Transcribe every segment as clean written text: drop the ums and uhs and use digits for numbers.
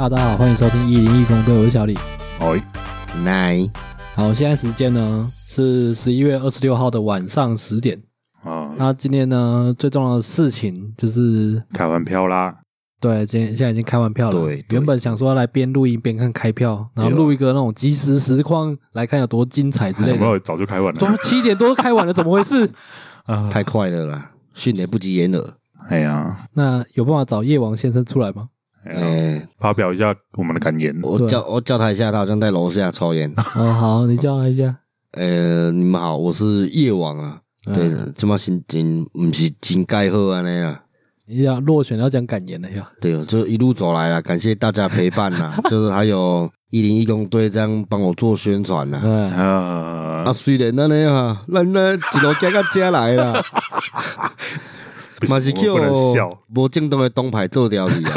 大家好，欢迎收听101公队，我是小李。 来， 好，现在时间呢是11月26号的晚上10点。那今天呢最重要的事情就是开完票啦。 对，现在已经开完票了。 对， 原本想说来边录音边看开票，然后录一个那种即时实况来看有多精彩之类的。 想不到早就开完了， 怎么7点多就开完了？怎么回事？ 太快了啦，迅雷不及掩耳。 哎呀， 那有办法找夜王先生出来吗？ 发表一下我们的感言。 我叫他一下，他好像在楼下抽烟。 哦，好，你叫他一下。 你们好，我是夜王啊。对，这么心情不是真盖好安尼啊。 要落选要讲感言了呀。 对，就一路走来啦，感谢大家陪伴啦，就是还有101公队这样帮我做宣传啦。虽然安尼哈，咱呢一路走到这来啦，嘛是叫无正当的党派做掉去啊。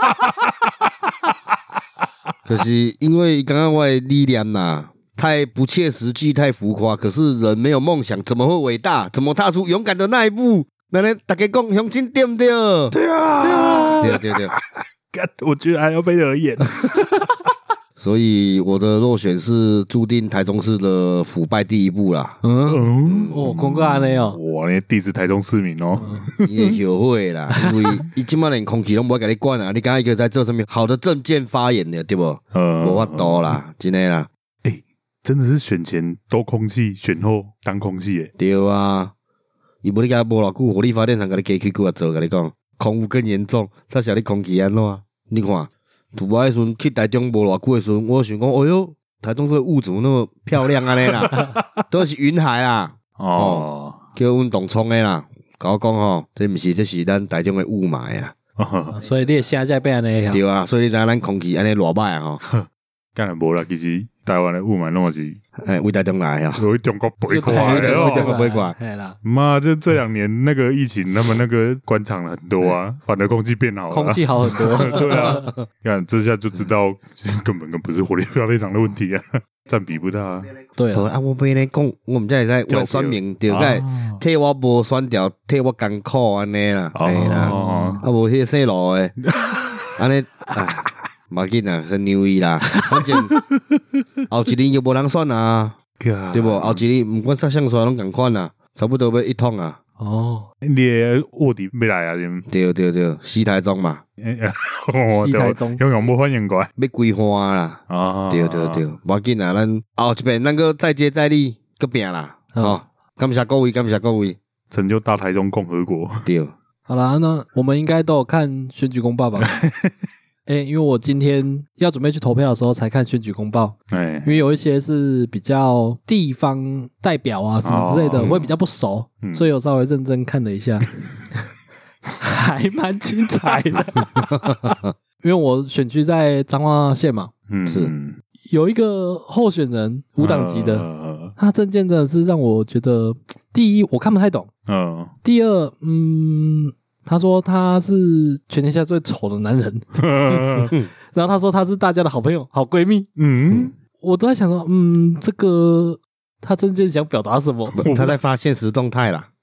可是因为刚刚我的理念呐，太不切实际，太浮夸。可是人没有梦想，怎么会伟大？怎么踏出勇敢的那一步？那呢，大家讲相亲对不对？ 对啊， 对。 我觉得还要被惹眼。 所以我的落选是注定台中市的腐败第一步啦。 公告安尼哦， 哇，你第一次台中市民哦， 你也后悔啦，因为伊今麦连空气都不会给你管啊。你刚刚一个在这上面好的政见发言的，对不？无法度啦，真的啦。 真的是选前都空气，选后当空气耶。 对啊，伊无你甲无偌久，火力发电厂甲你加起几啊做，甲你讲空污更严重，才晓你空气安怎？你看。土巴迄阵去台中无偌久的时阵，我想讲，哎呦，台中这个雾怎么那么漂亮啊？啦，都是云海啦，叫阮董聪的啦，甲我讲吼，这不是，这是咱台中的雾霾啊。 所以你现在变安尼呀？ 对啊，所以你知咱空气安尼偌歹啊吼。 干然无啦，其实台湾的雾霾弄是为台中来啊， 有中国飞过来的哦， 中国飞过来。 嘿啦， 妈，这2年那个疫情，他们那个关厂了很多啊，反而空气变好了， 空气好很多。 对啊，看这下就知道根本不是火力发电厂的问题啊，占比不大啊。 对啊， 我被你讲，我们这在为选民对个替我无选掉，替我艰苦安尼啦，嘿啦，无迄细路诶，安尼哎。冇紧啊，先留意啦。反正后一年又无人选啊，对不？后一年不管啥项选拢共款啊，差不多要一通啊。 你的卧底要来啊？ 对，西台中嘛， 西台中永无欢迎过来， 要规划啦。对，冇紧啊，咱后一遍咱个再接再厉，个拼啦。感谢各位， 成就大台中共和国。 对， 好啦，那我们应该都有看选举公报吧？因为我今天要准备去投票的时候才看选举公报，因为有一些是比较地方代表啊什么之类的，我也比较不熟，所以我稍微认真看了一下，还蛮精彩的。因为我选区在彰化县嘛， 是有一个候选人无党籍的，他政见真的是让我觉得，第一我看不太懂，第二他说他是全天下最丑的男人，然后他说他是大家的好朋友、好闺蜜。我都在想说，这个他真正想表达什么？ 他在发现实动态啦。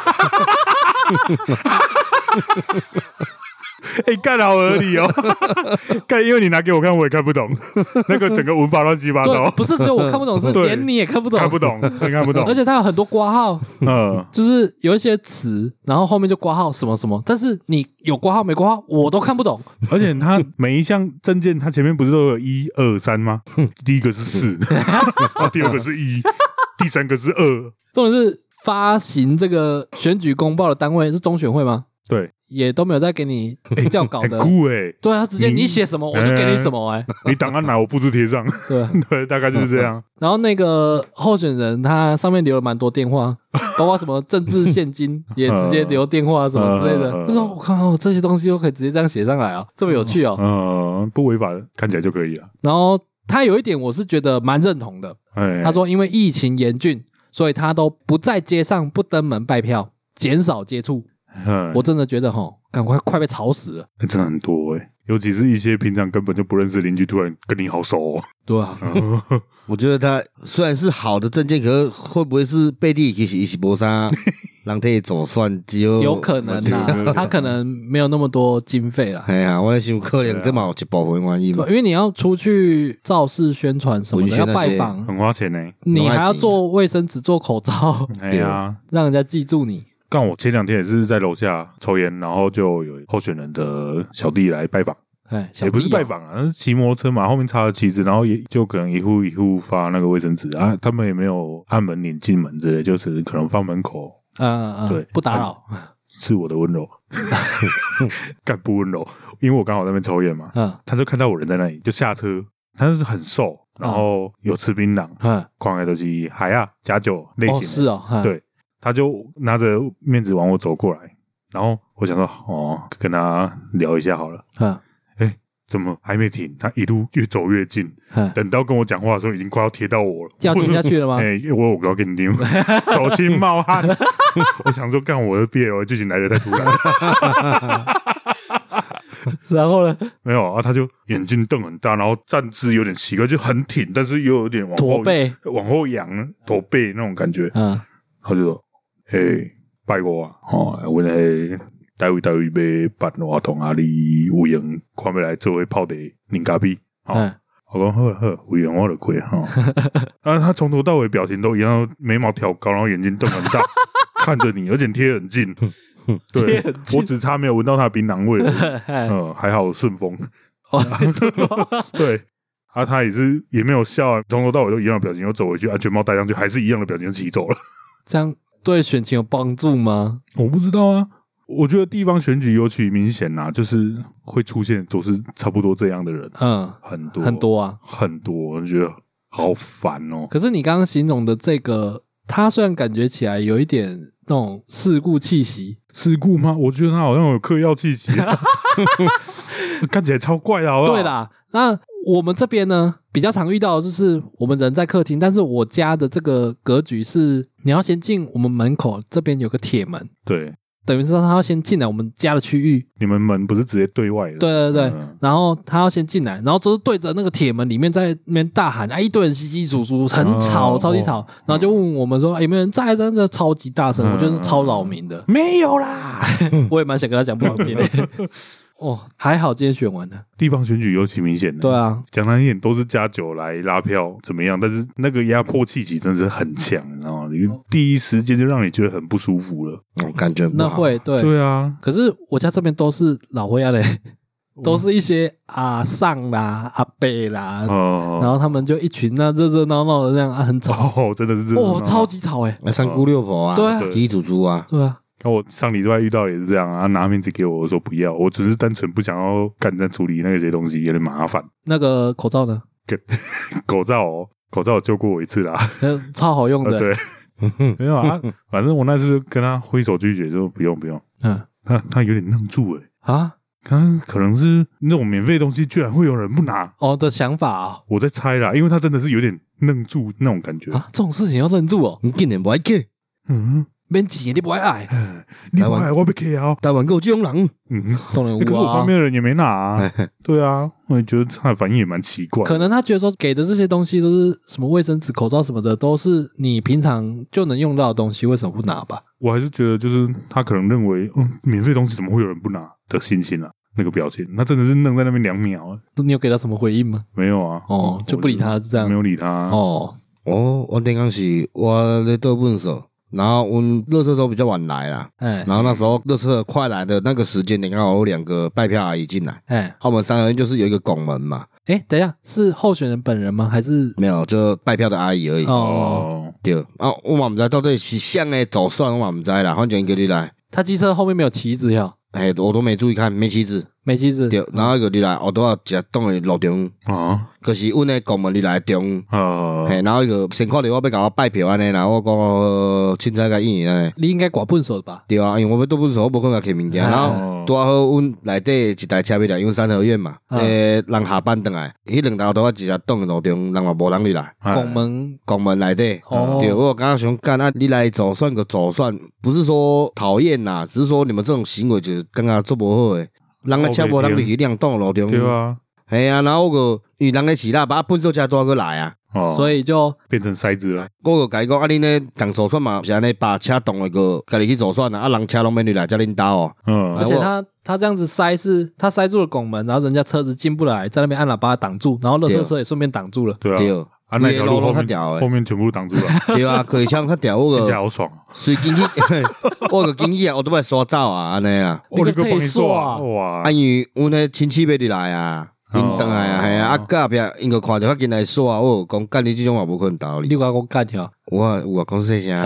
干好合理哦，干，因为你拿给我看，我也看不懂，那个整个文法乱七八糟。 不是只有我看不懂，是连你也看不懂， 看不懂。 而且他有很多括号，就是有一些词，然后后面就括号什么什么，但是你有括号没括号，我都看不懂。 而且他每一项证件，他前面不是都有1、2、3吗？第一个是4，第二个是1，第三个是2。 重点是发行这个选举公报的单位是中选会吗？ 对。 也都没有在给你校稿的， 很酷对啊，直接你写什么我就给你什么你档案拿我复制贴上，对，大概就是这样。 然后那个候选人他上面留了蛮多电话，包括什么政治现金也直接留电话什么之类的。我说我靠，这些东西都可以直接这样写上来啊，这么有趣哦。 不违法看起来就可以了。 然后他有一点我是觉得蛮认同的，他说因为疫情严峻，所以他都不在街上不登门拜票，减少接触。我真的觉得赶快被吵死了， 真的很多尤其是一些平常根本就不认识的邻居，突然跟你好熟对啊， 我觉得他虽然是好的证件，可是会不会是背地其实一起搏杀？ 人替走算只有可能啦，他可能没有那么多经费啦。 哎呀，我想可能这嘛有一部分原因嘛， 因为你要出去造势宣传什么的，要拜访， 很花钱呢。 你还要做卫生纸、做口罩， 对啊， 让人家记住你。 干我前2天也是在楼下抽烟，然后就有候选人的小弟来拜访。也不是拜访啊，是骑摩托车嘛，后面插了旗子，然后也就可能一户一户发那个卫生纸啊，他们也没有按门铃进门之类，就只是可能放门口，对， 不打扰， 是我的温柔，干不温柔，因为我刚好在那边抽烟嘛，他就看到我人在那里，就下车，他就是很瘦，然后有吃槟榔，狂来的是海啊加酒类型的， 是哦， 对，他就拿着面纸往我走过来，然后我想说跟他聊一下好了，怎么还没停？他一路越走越近，等到跟我讲话的时候，已经快要贴到我了， 要亲下去了吗？ 我要跟你听，手心冒汗。我想说，干我的 BL 剧情来得太突然。 然后呢？ 没有啊，他就眼睛瞪很大，然后站姿有点奇怪，就很挺，但是又有点往后仰，驼背那种感觉。他就说：“拜我啊，我台位要办活动啊，你有闲看要来做伙泡茶啉咖啡。我讲好，有闲我就过他从头到尾表情都一样，眉毛挑高，然后眼睛瞪很大，看着你，而且贴很近。对，我只差没有闻到他的槟榔味还好顺风。对，他也没有笑，从头到尾都一样的表情，又走回去，安全帽戴上去，还是一样的表情，就骑走了。 这样对选情有帮助吗？ 我不知道啊。我觉得地方选举尤其明显啦，就是会出现都是差不多这样的人，很多啊，很多，我觉得好烦哦。 可是你刚刚形容的这个，他虽然感觉起来有一点那种世故气息， 世故吗？我觉得他好像有嗑药气息，看起来超怪的，好不好？ 对啦，那我们这边呢，比较常遇到的就是我们人在客厅，但是我家的这个格局是，你要先进我们门口这边有个铁门， 对。 等于是说他要先进来我们家的区域， 你们门不是直接对外的？ 对，然后他要先进来，然后就是对着那个铁门里面在那边大喊，一堆人稀稀疏疏，很吵，超级吵，然后就问我们说有没有人在？真的超级大声，我觉得是超扰民的。 没有啦， 我也蛮想跟他讲不好听的。还好今天选完了。 地方选举尤其明显的， 对啊， 讲难听点都是加酒来拉票怎么样，但是那个压迫气息真的是很强，你知道吗？你第一时间就让你觉得很不舒服了， 感觉不好。 那会对啊。 可是我家这边都是老灰啊嘞，都是一些阿桑啦、阿伯啦，然后他们就一群热热闹闹的这样很吵， 真的是超级吵三姑六婆啊， 对啊， 鸡猪猪啊， 对啊。 我上礼拜遇到也是这样啊，拿面子给我，我说不要，我只是单纯不想要干在处理那些东西，有点麻烦。 那个口罩呢？ 口罩救过我一次啦， 超好用的。 对，没有啊，反正我那次跟他挥手拒绝，说不用。他有点愣住可能是那种免费东西居然会有人不拿的想法啊， 我在猜啦，因为他真的是有点愣住那种感觉啊，这种事情要愣住哦， 你竟然不爱去， 免钱你不爱， 你不爱我不客啊， 台湾够这种人， 当然有啊， 可是我旁边的人也没拿啊，对啊，我也觉得他的反应也蛮奇怪， 可能他觉得说给的这些东西都是什么卫生纸、口罩什么的，都是你平常就能用到的东西，为什么不拿吧？ 我还是觉得就是他可能认为，免费东西怎么会有人不拿的心情啊。那个表情，他真的是愣在那边2秒啊！ 你有给他什么回应吗？ 没有啊， 就不理他，这样没有理他。 我顶刚是我在倒粪扫，然后我们垃圾都比较晚来啦，然后那时候垃圾快来的那个时间点，刚好有2个拜票阿姨进来，我们3个人就是有一个拱门嘛。 等一下，是候选人本人吗？还是没有，就拜票的阿姨而已。对啊，我嘛不知道到底是谁的走算，我嘛不知啦，反正叫你来。 他机车后面没有旗子哟。 我都没注意看，没旗子。对，然后个你来，我都要直挡在路中可是阮的公门你来中然后个先看到我要甲我拜票安尼，然后我讲凊彩甲应安尼。 你应该挂粪扫吧？ 对啊，因为我要倒粪扫，我无可能摕物件。然后拄好阮内底一台车要来，因为三合院嘛，人下班回来，迄2台我都我直接挡在路中，人嘛无人入来。公门内底，对，我刚刚想干啊，你来走算个走算，不是说讨厌啦，只是说你们这种行为就是刚刚做不好诶。人个车无人入去，你人挡路中。 对啊， 然后个因为人咧饲喇叭，粪扫车都要过来啊。 所以就变成筛子了。 我就甲伊讲，啊，恁咧动手算嘛，是安尼把车动了个，家己去走算啊，人车拢免入来，叫恁兜哦。 而且他这样子塞是，他塞住了拱门，然后人家车子进不来，在那边按喇叭挡住，然后垃圾车也顺便挡住了。 对啊，那条路后面全部挡住了。 对啊，可以枪较掉，我个好爽。 随进去，我个经济啊，我都要刷走啊，安尼啊。 你个退刷哇！因为阮迄亲戚要入来啊。因倒来啊，系啊，啊隔壁因个看着较紧来说啊，我讲干你这种也无可能道理。 你讲干条， 有啊讲细声，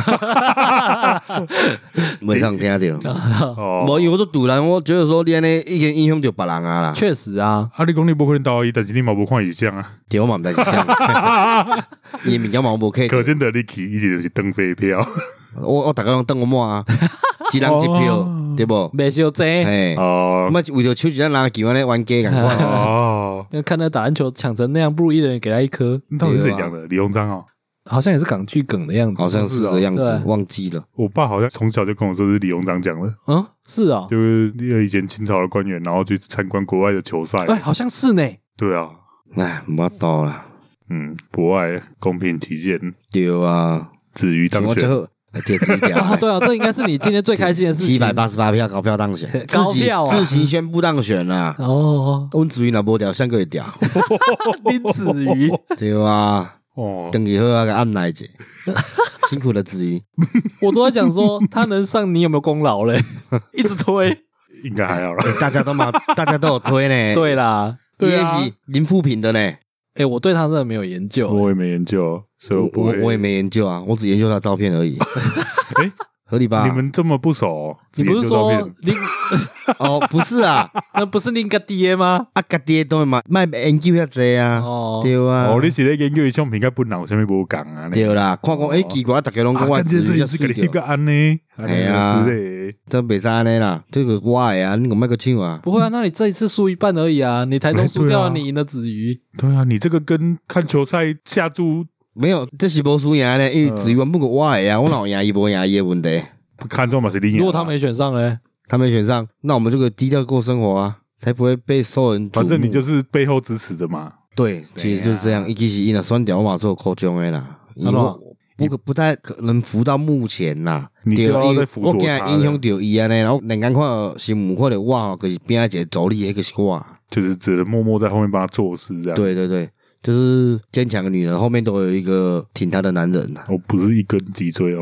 袂通听到。无因为我都突然，我觉得说你安尼已经影响到别人啊啦。 确实啊， 你讲你无可能道理，但是你嘛无看异象啊。 对，我嘛毋知是啥。伊物件嘛无客。 可见的你去一直是登飞票。 我大家拢登我满啊，一人一票，对不？ 袂少济。 哦，为着抽一张垃圾安尼玩家感觉。 哦，看他打篮球抢成那样，不如一人给他一颗。 到底是谁讲的？李鸿章哦， 好像也是港剧梗的样子， 好像是这样子，忘记了。 我爸好像从小就跟我说是李鸿章讲的。 嗯，是啊， 就是以前清朝的官员，然后去参观国外的球赛。 好像是呢。 对啊， 没到啦。 博爱公平起见。 对啊， 子瑜当选。 贴纸条对啊，这应该是你今天最开心的事情。 788票高票当选， 高票自行宣布当选啦。 哦， 阮子瑜若无调，下个月调。 你子瑜对啊，等以后那个按来者，辛苦了子瑜。 我都在讲说他能上，你有没有功劳嘞？一直推， 应该还好啦。 大家都有推呢。 对啦， 对啊，林富平的呢。 我对他真的没有研究， 我也没研究，所以我也没研究啊，我只研究他照片而已。合理吧？ 你们这么不熟， 你不是说你不是啊？ 那不是你个爹吗？ 啊，个爹都嘛卖研究遐济啊？对啊。 你是咧研究相片甲本人有啥物无共啊？ 对啦，看讲奇怪，大家拢讲我这是个你个安尼， 系啊，这袂使安尼啦，这个我的啊，你个卖个唱啊？ 不会啊，那你这一次输一半而已啊，你台中输掉了，你赢了子瑜。 对啊，你这个跟看球赛下注。 没有，这是无输赢呢，因为子瑜原本个我的啊，我哪有赢伊无赢伊的问题。 看中嘛是你赢。 如果他没选上呢？ 他没选上，那我们这个低调过生活啊，才不会被所有人瞩目。 反正你就是背后支持的嘛。 对，其实就是这样。一其实伊若选掉，我嘛做口中的啦。不太可能扶到目前啦。 你就要在辅佐他。 我惊影响到伊安尼，然后人家看新闻看到我，就是边仔一个助力，迄个是我， 就是只能默默在后面帮他做事这样。 对对对。就是坚强的女人后面都有一个挺她的男人呐。 我不是一根脊椎哦。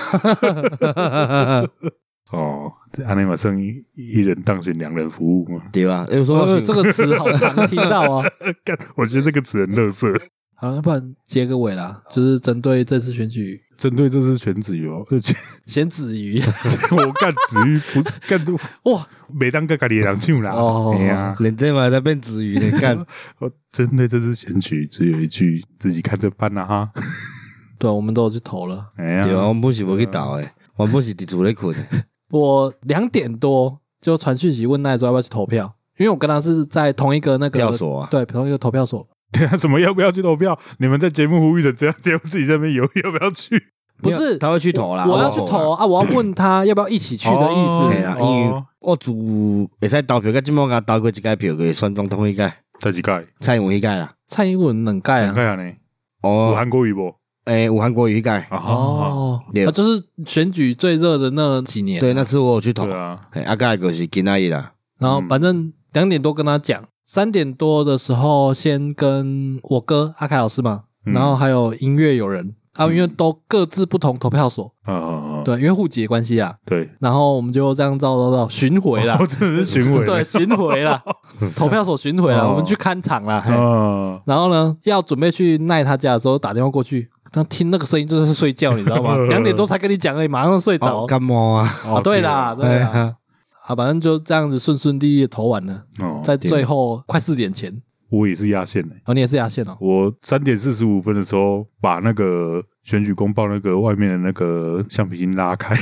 这安尼嘛算一人当选2人服务嘛？ 对吧？有时候这个词好常听到啊。 我觉得这个词很垃圾。 好，要不然结个尾啦，就是针对这次选举。 针对这次选子瑜而且选子瑜， 我干子瑜不是干哇，没当个家己的人唱啦。 哎呀，连这嘛在变子瑜的干。 我针对这次选举只有一句，自己看着办啦哈。 对，我们都有去投了。 对啊，我们不是没去投诶，我们不是伫厝咧困。 我2点多就传讯息问奈说要不要去投票，因为我跟他是在同一个那个票所啊， 对，同一个投票所。 对啊，什么要不要去投票？你们在节目呼吁成这样，节目自己在那边犹豫要不要去？ 不是， 他会去投啦。 我要去投啊！我要问他要不要一起去的意思。 对啊，因为我自会使投票，甲即满甲投过一届票，佢选总统迄届， 第几届？ 蔡英文迄届啦。 蔡英文2届啊？2 届啊呢？有韩国瑜不？ 有韩国瑜迄届。 就是选举最热的那几年。 对，那次我有去投。 对啊， 届就是今仔日啦。 然后反正2点多跟他讲。3点多的时候，先跟我哥阿凯老师嘛，然后还有音乐友人因为都各自不同投票所，对，因为户籍的关系啊， 对， 然后我们就这样照巡回啦， 真的是巡回， 对，巡回啦，投票所巡回啦，我们去看场啦，然后呢，要准备去奈他家的时候，打电话过去，他听那个声音就是睡觉，你知道吗？2点多才跟你讲而已，马上睡着， 干嘛啊？对啦，对啦。反正就这样子顺顺利利的投完了，在最后快4点前， 我也是压线你也是压线哦。 我3点45分的时候把那个选举公报那个外面的那个橡皮筋拉开。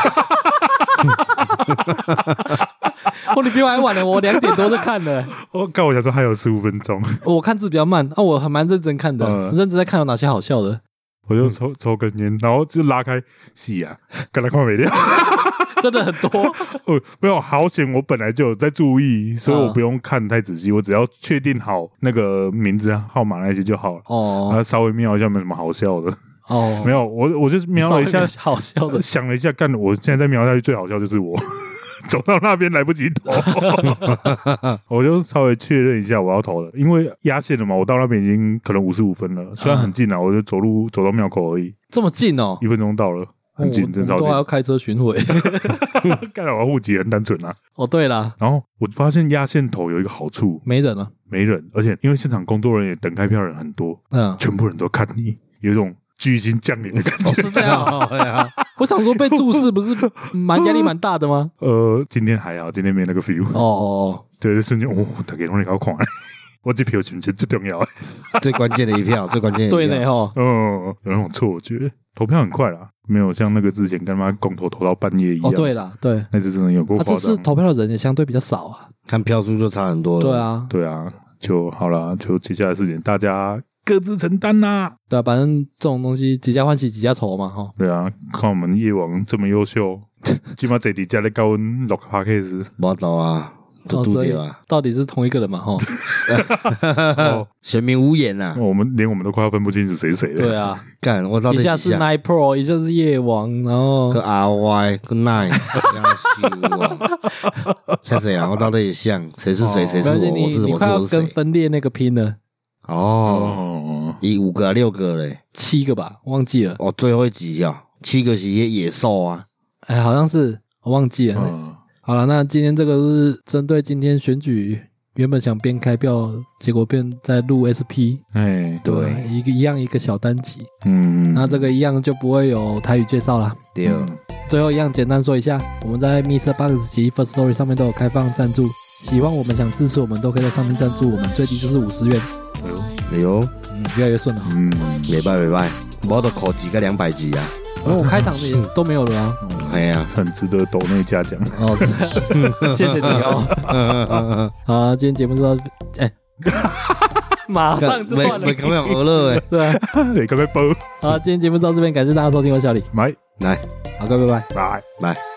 你比我还晚了，我2点多就看了。 我想说还有15分钟。 我看字比较慢我还蛮认真看的，认真在看有哪些好笑的。 我就抽根烟，然后就拉开，是啊，跟他看没掉。 真的很多。 没有，好险，我本来就有在注意，所以我不用看太仔细，我只要确定好那个名字、号码那些就好了。哦，然后稍微瞄一下，没什么好笑的。哦，没有，我就是瞄了一下， 好笑的， 想了一下，干，我现在再瞄下去，最好笑就是我。走到那边来不及投，我就稍微确认一下我要投了，因为压线了嘛，我到那边已经可能55分了，虽然很近啊，我就走到庙口而已， 这么近哦，1 分钟到了，很近，真超近， 都还要开车巡回， 干了我户籍很单纯啊。 哦，对啦， 然后我发现压线投有一个好处， 没人了， 没人，而且因为现场工作人员等开票人很多，全部人都看你，有一种巨星降临的感觉， 是这样啊。我想说被注视不是压力蛮大的吗？ 今天还好，今天没那个 feel。哦，对，瞬间大家拢在搞看，我这票是不是最重要的？ 最关键的一票，最关键的一票。 对呢哈， 有那种错觉，投票很快啦，没有像那个之前跟他妈公投投到半夜一样。 哦，对啦，对， 那次真的有够夸张。 这次投票的人也相对比较少啊， 看票数就差很多了。 对啊， 对啊，就好啦，就接下来的事情大家各自承担啦。 对啊，反正这种东西几家欢喜几家愁嘛，哈。 对啊，看我们夜王这么优秀，起码这里家在教我们录 podcast， 没道啊，都丢掉啊。 到底是同一个人嘛，哈。 玄冥无言啊， 我们都快要分不清楚谁是谁了。 对啊， 干我到底一下是 Night Pro， 一下是夜王，然后跟 RY 跟 Night， 像谁啊？我到底像谁是谁？谁是我？ 你快要跟分裂那个拼了。 哦，以5个6个嘞 ，7个吧，忘记了。 哦，最后一集啊，7个是野兽啊， 哎，好像是我忘记了。好了，那今天这个是针对今天选举，原本想边开票，结果变在录 SP。 哎，对， 一样一个小单集。那这个一样就不会有台语介绍啦。 对。 最后一样简单说一下，我们在 MixerBox 及 Firstory 上面都有开放赞助，喜欢我们想支持我们都可以在上面赞助，我们最低就是50元。 哎呦， 越来越顺了。 没拜，我都扣几个200集啊。 我开场的也都没有了啊。 哎呀， 很值得抖内嘉奖哦，谢谢你哦。好，今天节目就到，马上就断了， 没刚刚俄了哎， 对啊， 对，赶快播。 好，今天节目到这边，感谢大家收听，我是小李， 来， 好，各位拜拜。